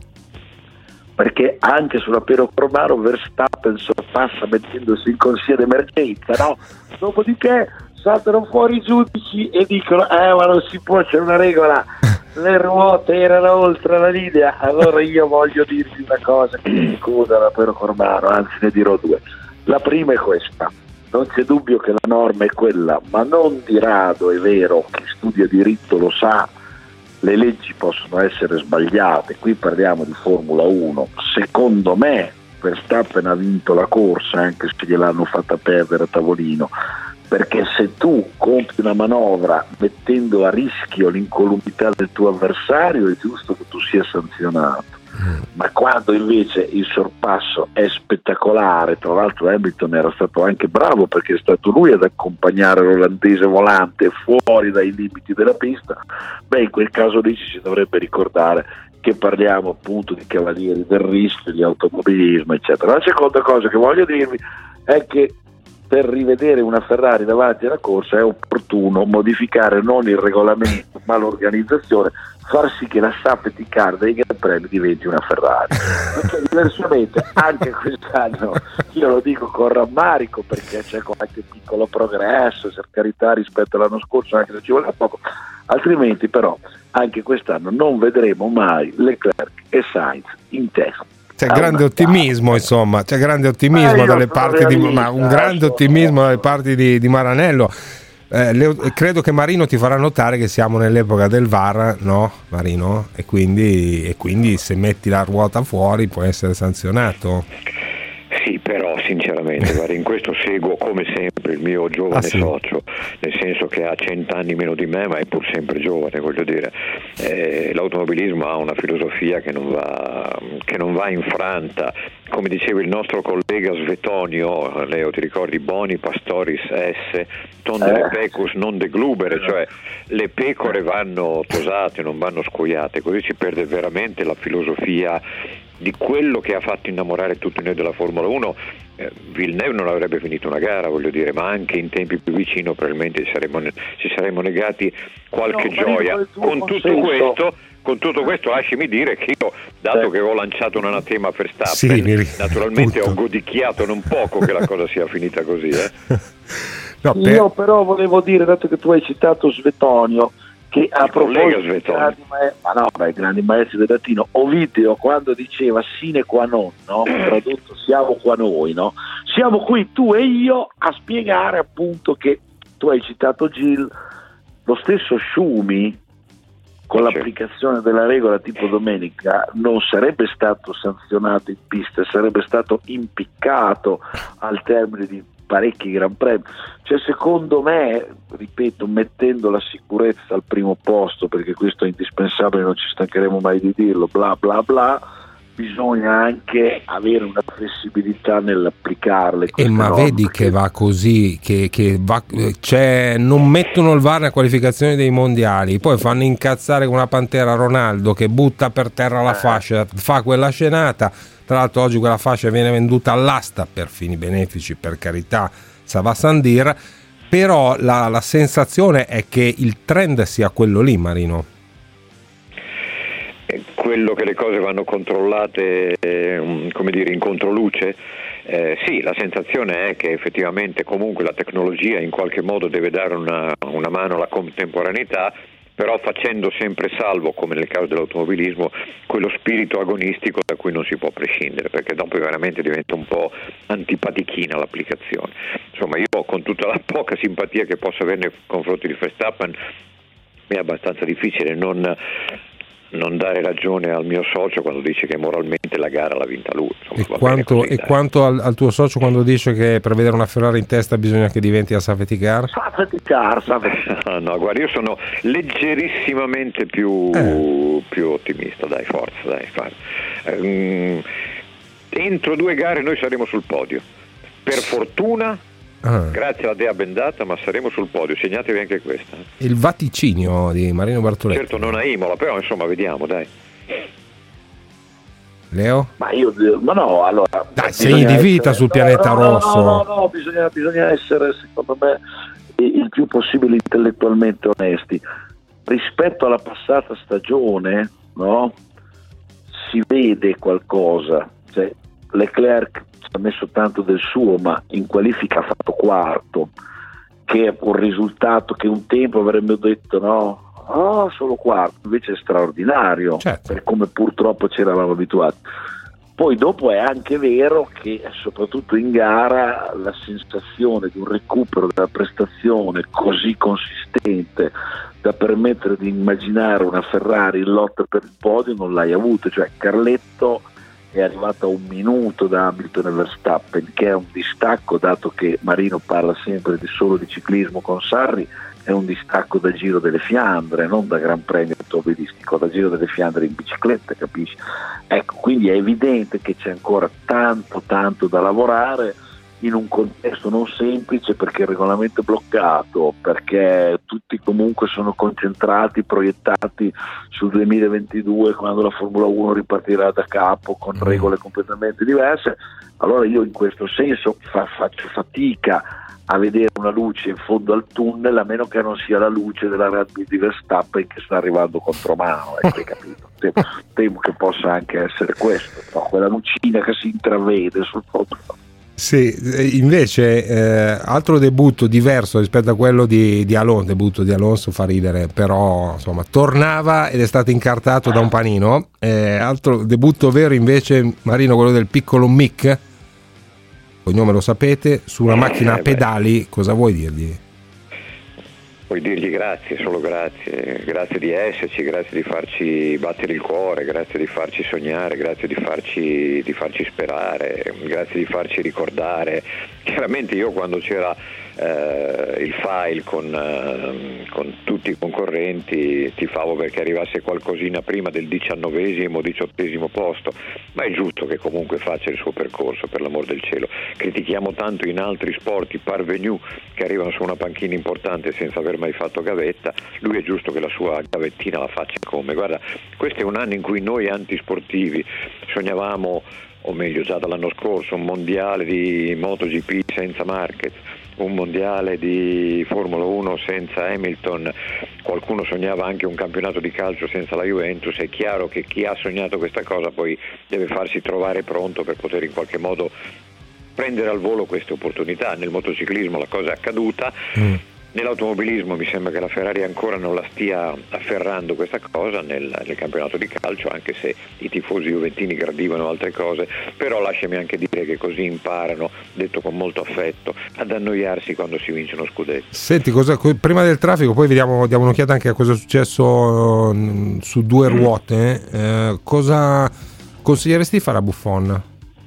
Perché anche sulla Pero Cormano Verstappen sorpassa mettendosi in corsia d'emergenza, no? Dopodiché saltano fuori i giudici e dicono eh ma non si può, c'è una regola, le ruote erano oltre la linea. Allora io voglio dirvi una cosa che mi scusa la Pero Cormano, anzi ne dirò due. La prima è questa: non c'è dubbio che la norma è quella, ma non di rado è vero, chi studia diritto lo sa, le leggi possono essere sbagliate. Qui parliamo di Formula uno. Secondo me Verstappen ha vinto la corsa, anche se gliel'hanno fatta perdere a tavolino, perché se tu compi una manovra mettendo a rischio l'incolumità del tuo avversario è giusto che tu sia sanzionato. Ma quando invece il sorpasso è spettacolare, tra l'altro Hamilton era stato anche bravo perché è stato lui ad accompagnare l'olandese volante fuori dai limiti della pista, beh, in quel caso lì ci si dovrebbe ricordare che parliamo appunto di cavalieri del rischio, di automobilismo, eccetera. La seconda cosa che voglio dirvi è che per rivedere una Ferrari davanti alla corsa è opportuno modificare non il regolamento ma l'organizzazione, far sì che la safety car dei Gran Premi diventi una Ferrari, perché diversamente anche quest'anno, io lo dico con rammarico perché c'è qualche piccolo progresso, per carità, rispetto all'anno scorso, anche se ci vuole poco, altrimenti però anche quest'anno non vedremo mai Leclerc e Sainz in testa.
C'è grande ottimismo, insomma, c'è grande ottimismo eh, dalle parti di, ma un grande ottimismo dalle parti di, di Maranello. Eh, Leo, credo che Marino ti farà notare che siamo nell'epoca del V A R, no Marino? E quindi, e quindi se metti la ruota fuori puoi essere sanzionato.
Sì, però sinceramente guarda, in questo seguo come sempre il mio giovane ah, sì. socio, nel senso che ha cent'anni meno di me ma è pur sempre giovane, voglio dire, eh, l'automobilismo ha una filosofia che non va che non va infranta. Come diceva il nostro collega Svetonio, Leo, ti ricordi, Boni Pastoris S, tondere pecus non deglubere, cioè le pecore vanno tosate, non vanno scuoiate, così si perde veramente la filosofia di quello che ha fatto innamorare tutti noi della Formula uno. eh, Villeneuve non avrebbe finito una gara, voglio dire, ma anche in tempi più vicini probabilmente ci saremmo, ci saremmo negati qualche no, gioia. Con tutto questo Con tutto questo lasciami dire che io, dato che ho lanciato un anatema a Verstappen, sì, mi... naturalmente tutto. ho godicchiato non poco che la cosa sia finita così. Eh.
No, per... Io però volevo dire, dato che tu hai citato Svetonio, che a proposito di grandi maestri, ma no, beh, grandi maestri del latino, Ovidio quando diceva sine qua non, no? Tradotto siamo qua noi, no? Siamo qui tu e io a spiegare appunto che tu hai citato Gil, lo stesso Schumi con l'applicazione della regola tipo domenica non sarebbe stato sanzionato in pista, sarebbe stato impiccato al termine di parecchi Gran Premi. Cioè, secondo me, ripeto, mettendo la sicurezza al primo posto, perché questo è indispensabile, non ci stancheremo mai di dirlo, bla bla bla, bisogna anche avere una flessibilità nell'applicarle.
E ma norme. Vedi che va così, che, che va, cioè, non mettono il V A R nella qualificazione dei mondiali, poi fanno incazzare con una pantera Ronaldo che butta per terra la fascia, fa quella scenata. Tra l'altro oggi quella fascia viene venduta all'asta per fini benefici, per carità, ça va sans dire. però la, la sensazione è che il trend sia quello lì, Marino.
Quello che le cose vanno controllate, eh, come dire, in controluce. Eh, sì, la sensazione è che effettivamente comunque la tecnologia in qualche modo deve dare una, una mano alla contemporaneità, però facendo sempre salvo, come nel caso dell'automobilismo, quello spirito agonistico da cui non si può prescindere, perché dopo veramente diventa un po' antipatichina l'applicazione. Insomma, io con tutta la poca simpatia che posso avere nei confronti di Verstappen, è abbastanza difficile non non dare ragione al mio socio quando dice che moralmente la gara l'ha vinta lui. Insomma,
e quanto,
così,
e quanto al, al tuo socio quando dice che per vedere una Ferrari in testa bisogna che diventi a safety car?
Safety car, safety car.
No, guarda, io sono leggerissimamente più, eh. più ottimista, dai, forza, dai, um, entro due gare noi saremo sul podio, per fortuna. Ah. Grazie alla dea bendata, ma saremo sul podio, segnatevi anche questa.
Il vaticinio di Marino Bartoletti.
Certo non a Imola, però insomma vediamo, dai.
Leo?
Ma io, ma no, allora...
Dai, segni di vita essere, sul pianeta
no, no,
rosso.
No, no, no, no bisogna, bisogna essere, secondo me, il più possibile intellettualmente onesti. Rispetto alla passata stagione, no? Si vede qualcosa, cioè Leclerc ha messo tanto del suo, ma in qualifica ha fatto quarto, che è un risultato che un tempo avremmo detto no, oh, solo quarto, invece è straordinario, certo, per come purtroppo ci eravamo abituati. Poi dopo è anche vero che soprattutto in gara la sensazione di un recupero della prestazione così consistente da permettere di immaginare una Ferrari in lotta per il podio non l'hai avuto, cioè Carletto è arrivato a un minuto da Hamilton e Verstappen, che è un distacco, dato che Marino parla sempre di solo di ciclismo con Sarri, è un distacco da Giro delle Fiandre, non da Gran Premio automobilistico, da Giro delle Fiandre in bicicletta, capisci? Ecco, quindi è evidente che c'è ancora tanto tanto da lavorare in un contesto non semplice, perché il regolamento è bloccato, perché tutti comunque sono concentrati, proiettati sul duemilaventidue, quando la Formula uno ripartirà da capo con regole completamente diverse. Allora io in questo senso fa, faccio fatica a vedere una luce in fondo al tunnel, a meno che non sia la luce della Red Bull di Verstappen che sta arrivando contro mano, hai capito? Temo, temo che possa anche essere questo, no? Quella lucina che si intravede sul fondo.
Sì, invece eh, altro debutto diverso rispetto a quello di, di Alonso, debutto di Alonso fa ridere, però insomma tornava ed è stato incartato da un panino. Eh, altro debutto vero invece, Marino, quello del piccolo Mick, cognome lo sapete, su una macchina a pedali. Cosa vuoi dirgli?
Puoi dirgli grazie, solo grazie, grazie di esserci, grazie di farci battere il cuore, grazie di farci sognare, grazie di farci, di farci sperare, grazie di farci ricordare. Chiaramente io quando c'era eh, il file con, eh, con tutti i concorrenti tifavo perché arrivasse qualcosina prima del diciannovesimo o diciottesimo posto, ma è giusto che comunque faccia il suo percorso, per l'amor del cielo. Critichiamo tanto in altri sport i parvenu che arrivano su una panchina importante senza aver mai fatto gavetta, lui è giusto che la sua gavettina la faccia come. Guarda, questo è un anno in cui noi antisportivi sognavamo, o meglio già dall'anno scorso, un mondiale di MotoGP senza Marquez, un mondiale di Formula uno senza Hamilton, qualcuno sognava anche un campionato di calcio senza la Juventus. È chiaro che chi ha sognato questa cosa poi deve farsi trovare pronto per poter in qualche modo prendere al volo queste opportunità. Nel motociclismo la cosa è accaduta, mm. Nell'automobilismo mi sembra che la Ferrari ancora non la stia afferrando questa cosa nel, nel campionato di calcio, anche se i tifosi juventini gradivano altre cose, però lasciami anche dire che così imparano, detto con molto affetto, ad annoiarsi quando si vince uno scudetto.
Senti, cosa, prima del traffico poi vediamo, diamo un'occhiata anche a cosa è successo uh, su due ruote, eh, cosa consiglieresti di fare a Buffon?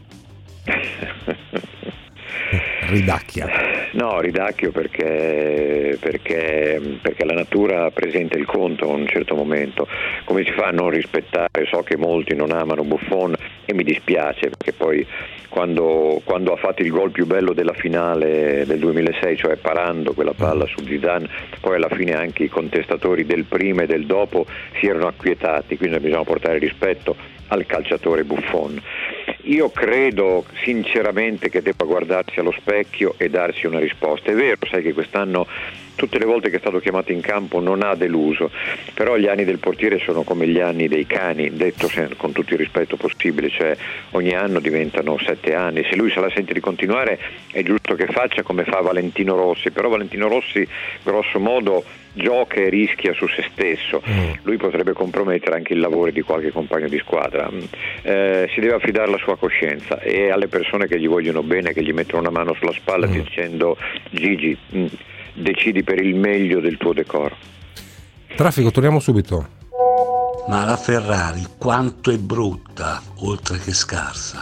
Ridacchia.
No, ridacchio perché, perché, perché la natura presenta il conto a un certo momento. Come si fa a non rispettare? So che molti non amano Buffon e mi dispiace, perché poi quando, quando ha fatto il gol più bello della finale del duemilasei, cioè parando quella palla su Zidane, poi alla fine anche i contestatori del prima e del dopo si erano acquietati, quindi bisogna portare rispetto al calciatore Buffon. io credo sinceramente che debba guardarsi allo specchio e darsi una risposta. È vero, sai che quest'anno tutte le volte che è stato chiamato in campo non ha deluso, però gli anni del portiere sono come gli anni dei cani, detto con tutto il rispetto possibile, cioè ogni anno diventano sette anni. Se lui se la sente di continuare è giusto che faccia come fa Valentino Rossi, però Valentino Rossi grosso modo gioca e rischia su se stesso, lui potrebbe compromettere anche il lavoro di qualche compagno di squadra. Eh, si deve affidare alla sua coscienza e alle persone che gli vogliono bene, che gli mettono una mano sulla spalla mm. dicendo Gigi, mh, decidi per il meglio del tuo decoro.
Traffico, torniamo subito.
Ma la Ferrari quanto è brutta, oltre che scarsa.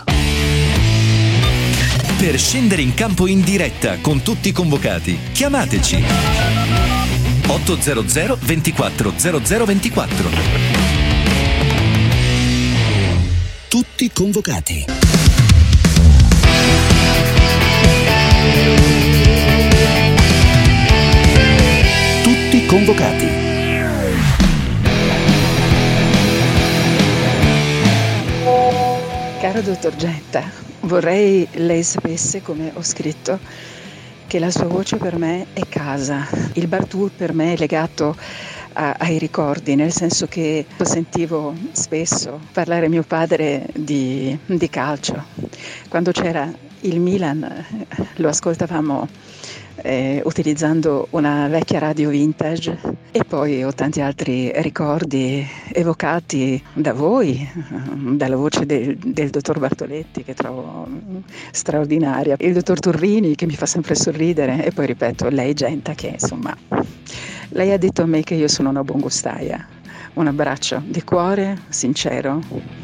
Per scendere in campo in diretta con tutti i convocati, chiamateci ottocento ventiquattro zero zero ventiquattro. Tutti convocati. Tutti convocati.
Caro dottor Genta, vorrei lei sapesse, come ho scritto, che la sua voce per me è casa. Il bar tour per me è legato a, ai ricordi, nel senso che lo sentivo spesso parlare mio padre di, di calcio. Quando c'era il Milan lo ascoltavamo eh, utilizzando una vecchia radio vintage, e poi ho tanti altri ricordi evocati da voi, dalla voce del, del dottor Bartoletti, che trovo straordinaria, il dottor Turrini, che mi fa sempre sorridere, e poi ripeto lei Genta, che insomma lei ha detto a me che io sono una buongustaia. Un abbraccio di cuore sincero.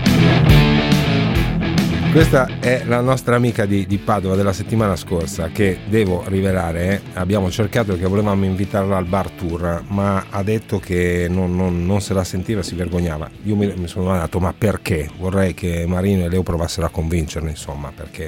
Questa è la nostra amica di, di Padova della settimana scorsa, che devo rivelare, eh, abbiamo cercato, che volevamo invitarla al bar tour, ma ha detto che non, non, non se la sentiva, si vergognava. Io mi, mi sono domandato ma perché? Vorrei che Marino e Leo provassero a convincerla, insomma, perché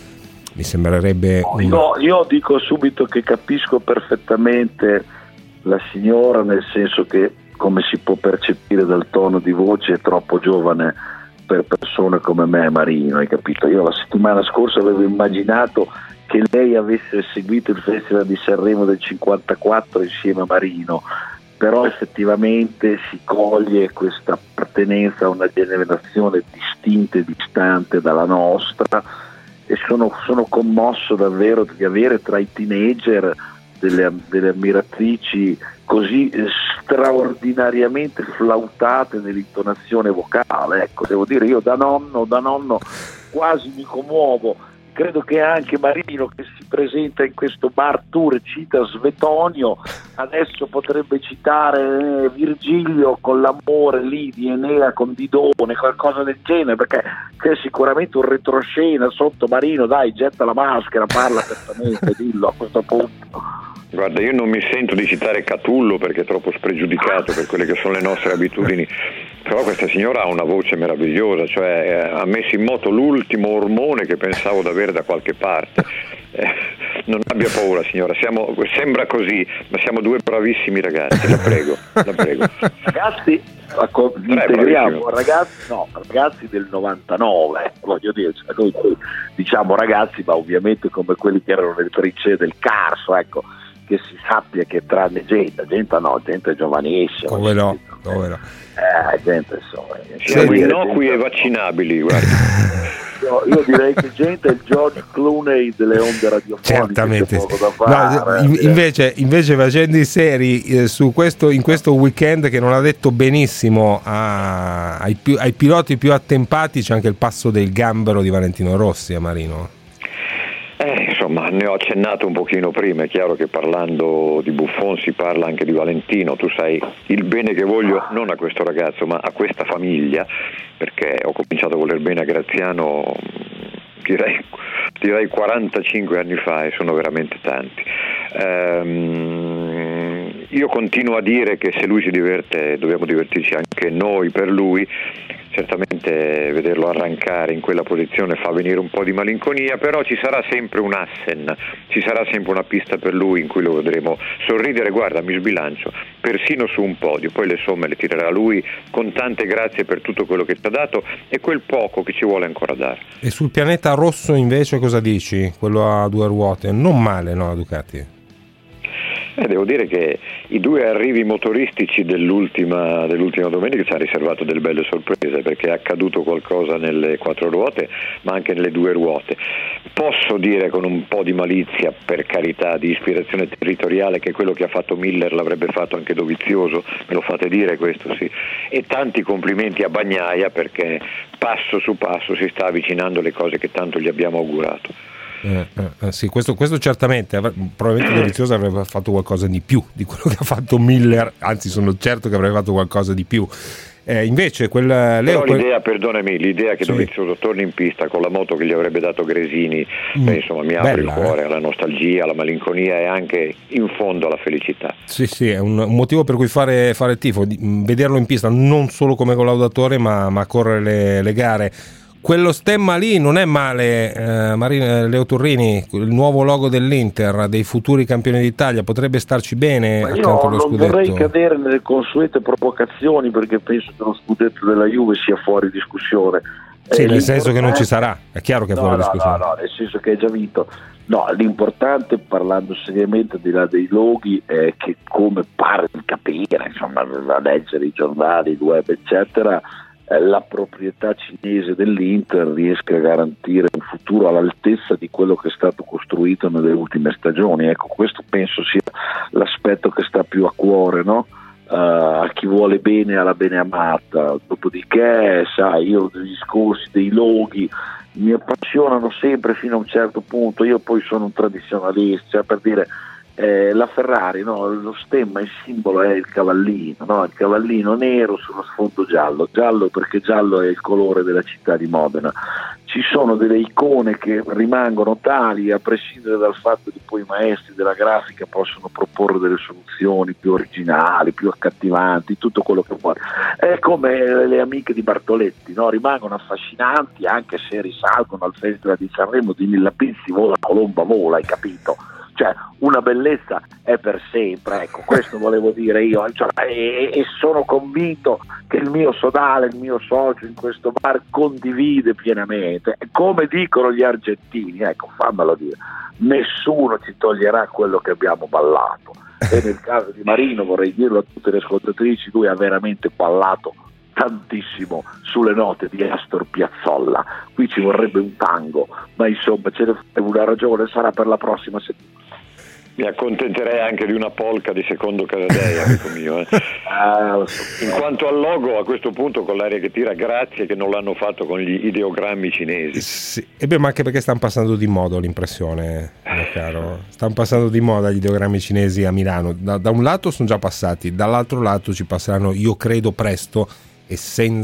mi sembrerebbe... Un...
Io, io dico subito che capisco perfettamente la signora, nel senso che, come si può percepire dal tono di voce, è troppo giovane per persone come me e Marino, hai capito? Io la settimana scorsa avevo immaginato che lei avesse seguito il Festival di Sanremo del cinquantaquattro insieme a Marino, però effettivamente si coglie questa appartenenza a una generazione distinta e distante dalla nostra, e sono, sono commosso davvero di avere tra i teenager delle, delle ammiratrici così straordinariamente flautate nell'intonazione vocale. Ecco, devo dire, io da nonno, da nonno quasi mi commuovo. Credo che anche Marino, che si presenta in questo bar tour, cita Svetonio, adesso potrebbe citare eh, Virgilio con l'amore lì di Enea con Didone, qualcosa del genere, perché c'è sicuramente un retroscena sotto. Marino, dai, getta la maschera, parla apertamente, dillo a questo punto.
Guarda, io non mi sento di citare Catullo perché è troppo spregiudicato per quelle che sono le nostre abitudini, però questa signora ha una voce meravigliosa, cioè ha messo in moto l'ultimo ormone che pensavo di avere da qualche parte. Eh, non abbia paura signora, siamo, sembra così, ma siamo due bravissimi ragazzi, la prego, la prego.
Ragazzi, integriamo ragazzi, no, ragazzi del novantanove, voglio dire, cioè noi diciamo ragazzi, ma ovviamente come quelli che erano nel trincee del Carso, ecco, che si sappia che tranne gente, gente no, gente giovanissima.
Come no, come no.
Eh, gente insomma.
Siamo innocui e vaccinabili, guarda.
Io, io direi che gente è il George Clooney delle onde radiofoniche.
Certamente.
Da fare,
no, invece, invece facendo i seri eh, su questo, in questo weekend che non ha detto benissimo a, ai, più, ai piloti più attempati, c'è anche il passo del gambero di Valentino Rossi a Marino.
Eh, insomma, ne ho accennato un pochino prima. È chiaro che parlando di Buffon si parla anche di Valentino. Tu sai il bene che voglio non a questo ragazzo ma a questa famiglia, perché ho cominciato a voler bene a Graziano direi, direi quarantacinque anni fa, e sono veramente tanti. Ehm, io continuo a dire che se lui si diverte dobbiamo divertirci anche noi per lui. Certamente vederlo arrancare in quella posizione fa venire un po' di malinconia, però ci sarà sempre un Assen, ci sarà sempre una pista per lui in cui lo vedremo sorridere. Guarda, mi sbilancio, persino su un podio, poi le somme le tirerà lui con tante grazie per tutto quello che ci ha dato e quel poco che ci vuole ancora dare.
E sul pianeta rosso invece cosa dici? Quello a due ruote, non male, no, Ducati?
Eh, devo dire che i due arrivi motoristici dell'ultima, dell'ultima domenica ci hanno riservato delle belle sorprese, perché è accaduto qualcosa nelle quattro ruote ma anche nelle due ruote. Posso dire con un po' di malizia, per carità, di ispirazione territoriale, che quello che ha fatto Miller l'avrebbe fatto anche Dovizioso, me lo fate dire questo, sì. E tanti complimenti a Bagnaia, perché passo su passo si sta avvicinando alle cose che tanto gli abbiamo augurato.
Eh, eh, sì, questo, questo certamente probabilmente Dovizioso avrebbe fatto qualcosa di più di quello che ha fatto Miller, anzi sono certo che avrebbe fatto qualcosa di più. Eh, invece quel Leo,
però l'idea, quel... perdonami, l'idea che sì. Dovizioso torni in pista con la moto che gli avrebbe dato Gresini, mm. beh, insomma mi apre il cuore, eh? alla nostalgia, alla malinconia e anche in fondo alla felicità.
Sì, sì, è un, un motivo per cui fare, fare il tifo, vederlo in pista non solo come collaudatore ma, ma correre le, le gare. Quello stemma lì non è male, eh, Marino, Leo Turrini, il nuovo logo dell'Inter, dei futuri campioni d'Italia, potrebbe starci bene
ma
accanto allo scudetto.
Non vorrei cadere nelle consuete provocazioni, perché penso che lo scudetto della Juve sia fuori discussione.
Sì, eh, nel senso che non ci sarà, è chiaro che è
no,
fuori
no,
discussione.
No, no, nel senso che è già vinto. No, l'importante, parlando seriamente, al di là dei loghi, è che, come pare di capire, insomma, a leggere i giornali, il web, eccetera, la proprietà cinese dell'Inter riesca a garantire un futuro all'altezza di quello che è stato costruito nelle ultime stagioni. Ecco, questo penso sia l'aspetto che sta più a cuore, no? Uh, a chi vuole bene alla bene amata. Dopodiché, sai, io dei discorsi dei loghi mi appassionano sempre fino a un certo punto. Io poi sono un tradizionalista, cioè, per dire, Eh, la Ferrari, no? Lo stemma, il simbolo è il cavallino, no? Il cavallino nero sullo sfondo giallo, giallo perché giallo è il colore della città di Modena. Ci sono delle icone che rimangono tali, a prescindere dal fatto che poi i maestri della grafica possono proporre delle soluzioni più originali, più accattivanti, tutto quello che vuoi. È come le amiche di Bartoletti, no? Rimangono affascinanti anche se risalgono al Festival di Sanremo di Milla Pizzi, vola colomba vola, hai capito? Cioè, una bellezza è per sempre, ecco, questo volevo dire io, cioè, e, e sono convinto che il mio sodale, il mio socio in questo bar condivide pienamente, come dicono gli argentini, ecco, fammelo dire, nessuno ci toglierà quello che abbiamo ballato, e nel caso di Marino, vorrei dirlo a tutte le ascoltatrici, lui ha veramente ballato tantissimo sulle note di Astor Piazzolla. Qui ci vorrebbe un tango, ma insomma ce ne fa una ragione, sarà per la prossima settimana.
Mi accontenterei anche di una polca di Secondo Casadei, amico mio. Eh.
Ah, so.
In quanto al logo, a questo punto, con l'aria che tira, grazie che non l'hanno fatto con gli ideogrammi cinesi.
Sì. E beh, ma anche perché stanno passando di moda, l'impressione, mio caro. Stanno passando di moda gli ideogrammi cinesi a Milano. Da, da un lato sono già passati, dall'altro lato ci passeranno, io credo, presto, e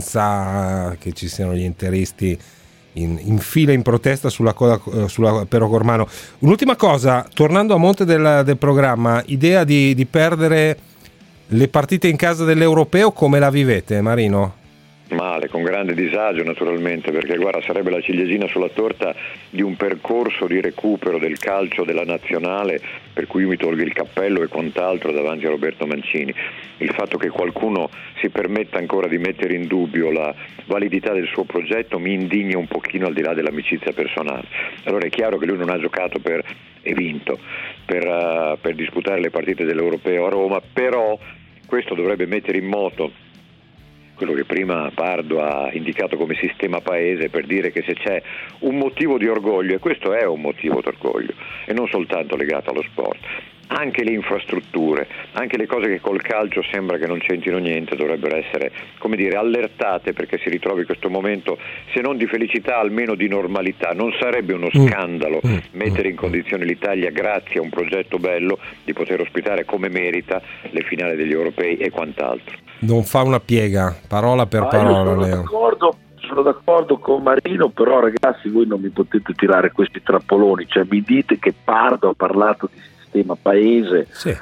senza che ci siano gli interisti in, in fila in protesta sulla coda sulla Pero Cormano. Un'ultima cosa, tornando a monte del, del programma, idea di, di perdere le partite in casa dell'Europeo, come la vivete, Marino?
Male, con grande disagio naturalmente, perché guarda, sarebbe la ciliegina sulla torta di un percorso di recupero del calcio della nazionale, per cui io mi tolgo il cappello e quant'altro davanti a Roberto Mancini. Il fatto che qualcuno si permetta ancora di mettere in dubbio la validità del suo progetto mi indigna un pochino, al di là dell'amicizia personale. Allora è chiaro che lui non ha giocato per e vinto per, uh, per disputare le partite dell'Europeo a Roma, però questo dovrebbe mettere in moto quello che prima Pardo ha indicato come sistema paese, per dire che se c'è un motivo di orgoglio, e questo è un motivo di orgoglio, e non soltanto legato allo sport, anche le infrastrutture, anche le cose che col calcio sembra che non c'entrino niente, dovrebbero essere, come dire, allertate, perché si ritrovi questo momento, se non di felicità, almeno di normalità. Non sarebbe uno scandalo mm. mettere in condizione l'Italia, grazie a un progetto bello, di poter ospitare come merita le finali degli europei e quant'altro.
Non fa una piega, parola per ah, parola,
sono
Leo.
D'accordo, sono d'accordo con Marino, però ragazzi, voi non mi potete tirare questi trappoloni, cioè mi dite che Pardo ha parlato di sistema paese, sì. che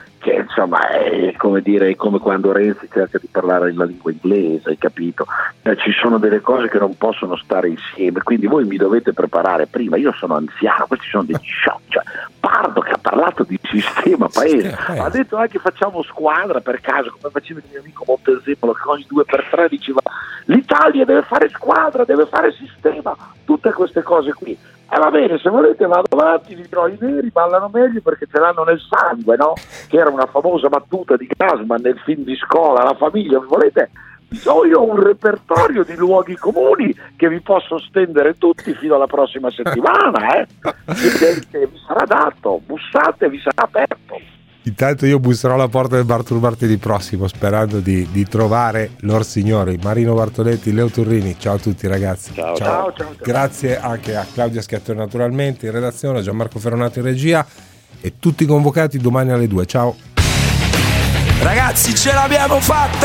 insomma è come dire, è come quando Renzi cerca di parlare la lingua inglese, hai capito? Eh, ci sono delle cose che non possono stare insieme, quindi voi mi dovete preparare prima. Io sono anziano, questi sono degli shock, cioè, Pardo che ha parlato di sistema paese, ha detto anche facciamo squadra per caso, come faceva il mio amico Montezemolo che ogni due per tre diceva l'Italia deve fare squadra, deve fare sistema, tutte queste cose qui. E eh, va bene, se volete vado avanti, vi dirò i neri ballano meglio perché ce l'hanno nel sangue, no? Che era una famosa battuta di Gassman nel film di Scola, La famiglia, volete? So io ho un repertorio di luoghi comuni che vi posso stendere tutti fino alla prossima settimana, eh? Che, che vi sarà dato, bussate, vi sarà aperto.
Intanto io busserò alla porta del bar martedì prossimo sperando di, di trovare lor signori Marino Bartoletti, Leo Turrini. Ciao a tutti ragazzi.
Ciao,
ciao.
ciao,
ciao, ciao. Grazie anche a Claudia Schiattoni naturalmente in redazione, a Gianmarco Ferronato in regia e tutti convocati domani alle due. Ciao
ragazzi, ce l'abbiamo fatta,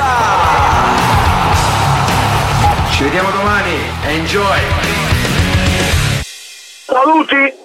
ci vediamo domani, enjoy,
saluti.